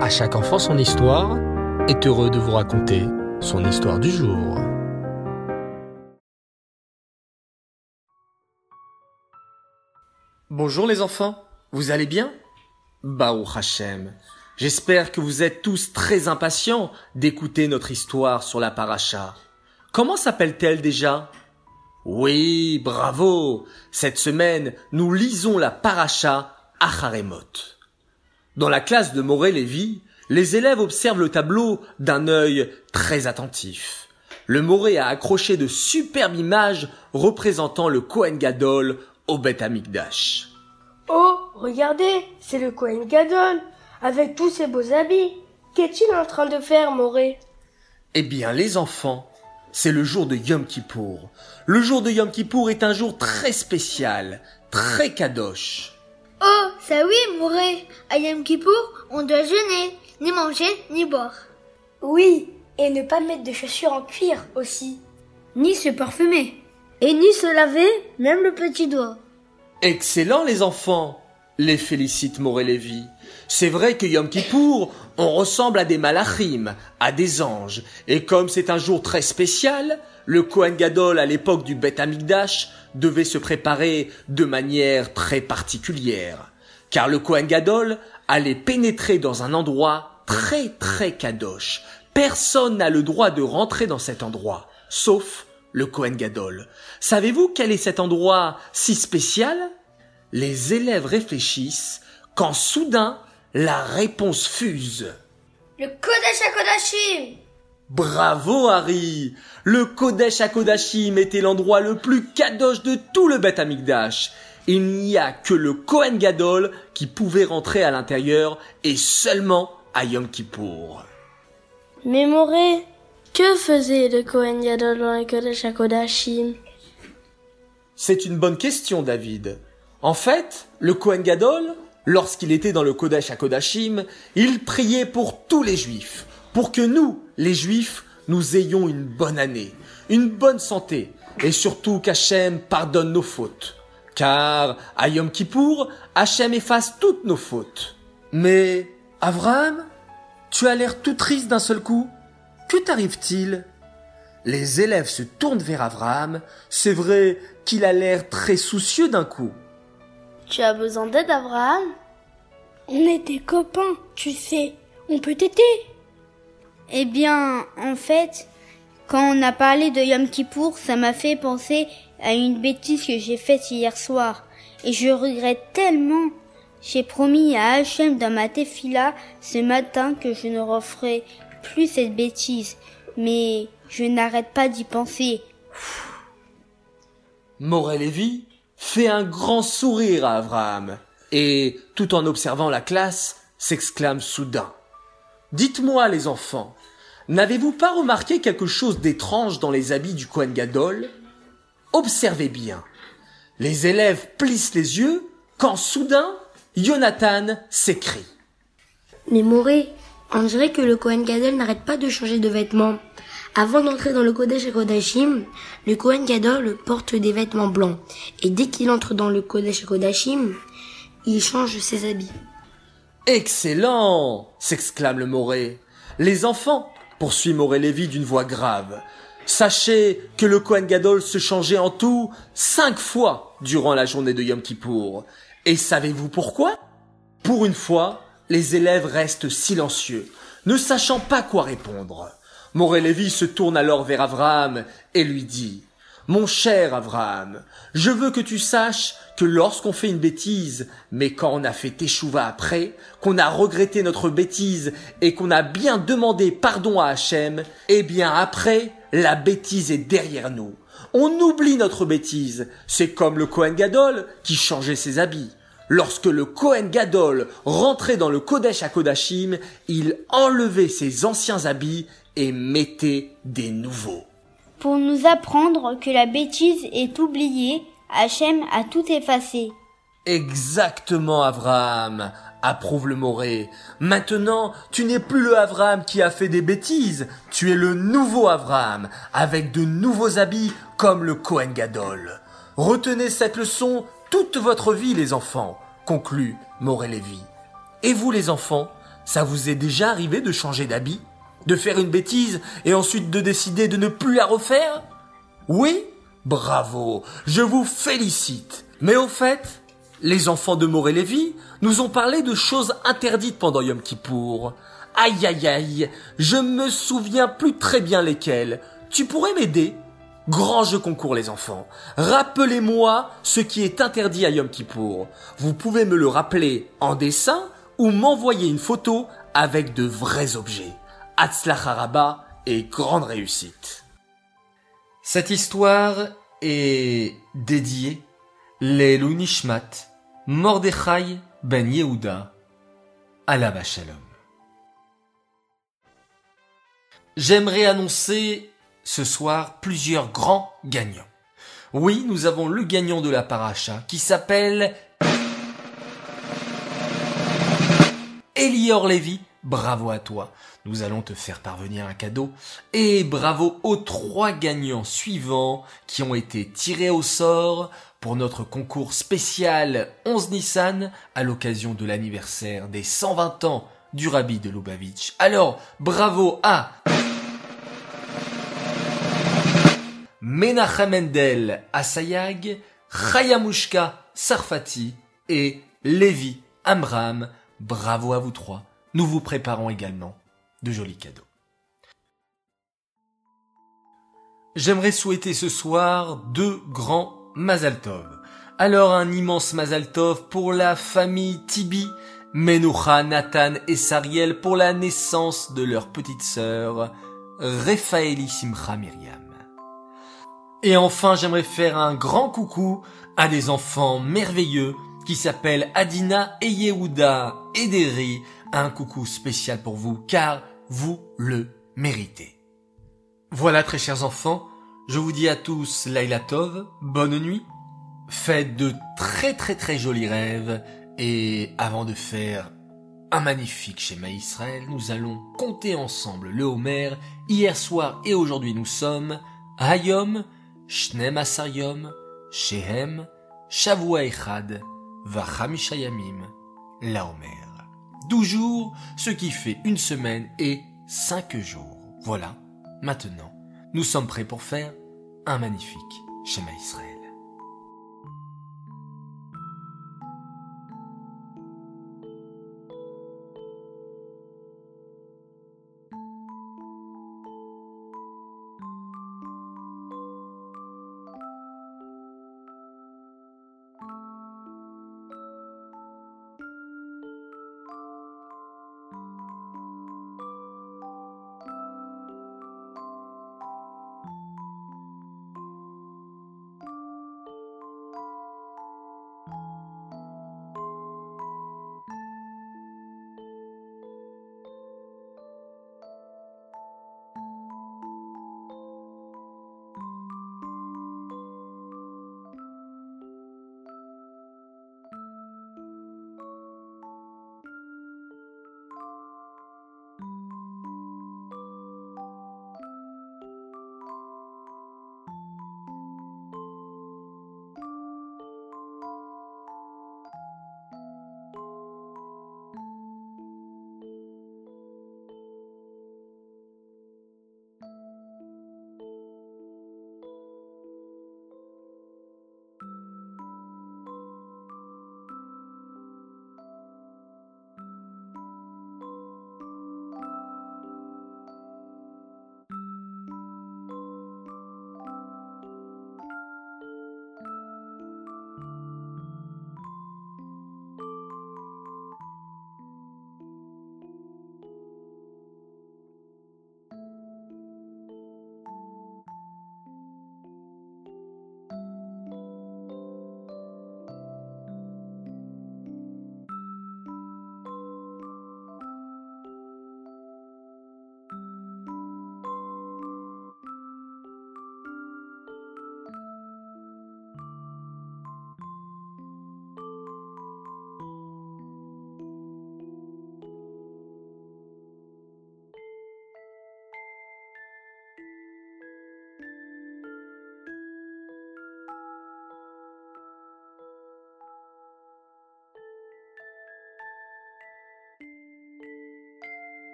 À chaque enfant son histoire est heureux de vous raconter son histoire du jour. Bonjour les enfants, vous allez bien? Baruch Hashem. J'espère que vous êtes tous très impatients d'écouter notre histoire sur la paracha. Comment s'appelle-t-elle déjà? Oui, bravo! Cette semaine, nous lisons la paracha Acharemot. Dans la classe de Moré Lévi, les élèves observent le tableau d'un œil très attentif. Le Moré a accroché de superbes images représentant le Kohen Gadol au Beth Amikdash. Oh, regardez, c'est le Kohen Gadol, avec tous ses beaux habits. Qu'est-il en train de faire, Moré? Eh bien, les enfants, c'est le jour de Yom Kippour. Le jour de Yom Kippour est un jour très spécial, très kadosh. Oh, ça oui, Moré. À Yom Kippour, on doit jeûner, ni manger, ni boire. Oui, et ne pas mettre de chaussures en cuir aussi. Ni se parfumer. Et ni se laver, même le petit doigt. Excellent les enfants, les félicite Moré Lévi. C'est vrai que Yom Kippour, on ressemble à des malachim, à des anges. Et comme c'est un jour très spécial, le Kohen Gadol à l'époque du Beth Amikdash devait se préparer de manière très particulière. Car le Kohen Gadol allait pénétrer dans un endroit très très kadosh. Personne n'a le droit de rentrer dans cet endroit, sauf le Kohen Gadol. Savez-vous quel est cet endroit si spécial? Les élèves réfléchissent quand soudain la réponse fuse. Le Kodesh HaKodashim. Bravo Harry! Le Kodesh HaKodashim était l'endroit le plus kadosh de tout le Beth Amikdash. Il n'y a que le Kohen Gadol qui pouvait rentrer à l'intérieur et seulement à Yom Kippour. Mais Moré, que faisait le Kohen Gadol dans le Kodesh HaKodashim? C'est une bonne question, David. En fait, le Kohen Gadol, lorsqu'il était dans le Kodesh HaKodashim, il priait pour tous les Juifs, pour que nous, les Juifs, nous ayons une bonne année, une bonne santé, et surtout qu'Hachem pardonne nos fautes. Car à Yom Kippour, Hachem efface toutes nos fautes. Mais, Avraham, tu as l'air tout triste d'un seul coup. Que t'arrive-t-il? Les élèves se tournent vers Avraham. C'est vrai qu'il a l'air très soucieux d'un coup. Tu as besoin d'aide, Abraham? On est des copains, tu sais. On peut t'aider. Eh bien, en fait, quand on a parlé de Yom Kippour, ça m'a fait penser à une bêtise que j'ai faite hier soir. Et je regrette tellement. J'ai promis à Hachem dans ma tefila ce matin que je ne referai plus cette bêtise. Mais je n'arrête pas d'y penser. Moré Lévi fait un grand sourire à Avraham et, tout en observant la classe, s'exclame soudain. Dites-moi les enfants, n'avez-vous pas remarqué quelque chose d'étrange dans les habits du Kohen Gadol? Observez bien. Les élèves plissent les yeux quand soudain, Jonathan s'écrie. Mais Moré, on dirait que le Kohen Gadol n'arrête pas de changer de vêtements. Avant d'entrer dans le Kodesh HaKodashim, le Kohen Gadol porte des vêtements blancs. Et dès qu'il entre dans le Kodesh HaKodashim, il change ses habits. Excellent! S'exclame le Moré. Les enfants, poursuit Moré Lévi d'une voix grave, sachez que le Kohen Gadol se changeait en tout 5 fois durant la journée de Yom Kippour. Et savez-vous pourquoi? Pour une fois, les élèves restent silencieux, ne sachant pas quoi répondre. Moré Lévi se tourne alors vers Avraham et lui dit « Mon cher Avraham, je veux que tu saches que lorsqu'on fait une bêtise, mais quand on a fait teshuva après, qu'on a regretté notre bêtise et qu'on a bien demandé pardon à Hachem, eh bien après, la bêtise est derrière nous. On oublie notre bêtise. C'est comme le Kohen Gadol qui changeait ses habits. Lorsque le Kohen Gadol rentrait dans le Kodesh HaKodashim, il enlevait ses anciens habits et mettait des nouveaux. Pour nous apprendre que la bêtise est oubliée, Hachem a tout effacé. Exactement, Avraham, approuve le Moré. Maintenant, tu n'es plus le Avraham qui a fait des bêtises, tu es le nouveau Avraham, avec de nouveaux habits comme le Kohen Gadol. Retenez cette leçon toute votre vie, les enfants, conclut Moré Lévi. Et vous, les enfants, Ça vous est déjà arrivé de changer d'habit? De faire une bêtise et ensuite de décider de ne plus la refaire? Oui? Bravo, je vous félicite. Mais au fait, les enfants de Moré Lévi nous ont parlé de choses interdites pendant Yom Kippour. Aïe aïe aïe, je me souviens plus très bien lesquelles. Tu pourrais m'aider? Grand jeu concours les enfants. Rappelez-moi ce qui est interdit à Yom Kippour. Vous pouvez me le rappeler en dessin ou m'envoyer une photo avec de vrais objets. Hatzlacha Rabba et grande réussite. Cette histoire est dédiée Leilou Nishmat Mordechai ben Yehuda Alav Shalom. J'aimerais annoncer ce soir plusieurs grands gagnants. Oui, nous avons le gagnant de la paracha qui s'appelle Elior Lévi. Bravo à toi. Nous allons te faire parvenir un cadeau. Et bravo aux 3 gagnants suivants qui ont été tirés au sort pour notre concours spécial 11 Nissan à l'occasion de l'anniversaire des 120 ans du Rabbi de Lubavitch. Alors, bravo à Menachem Mendel Assayag, Chayamushka Sarfati et Lévi Amram. Bravo à vous 3. Nous vous préparons également de jolis cadeaux. J'aimerais souhaiter ce soir 2 grands Mazal Tov. Alors un immense Mazal Tov pour la famille Tibi, Menucha, Nathan et Sariel pour la naissance de leur petite sœur, Raphaëli Simcha Myriam. Et enfin, j'aimerais faire un grand coucou à des enfants merveilleux qui s'appellent Adina et Yehuda et Deri. Un coucou spécial pour vous, car vous le méritez. Voilà, très chers enfants, je vous dis à tous Laila Tov, bonne nuit, faites de très jolis rêves, et avant de faire un magnifique schéma Israël, nous allons compter ensemble le Homer. Hier soir et aujourd'hui nous sommes Hayom, Shnem Asar Yom, Shehem, Shavua Echad, Vachamisha Yamim, la Homer. 12 jours, ce qui fait une semaine et 5 jours. Voilà, maintenant, nous sommes prêts pour faire un magnifique schéma Israël.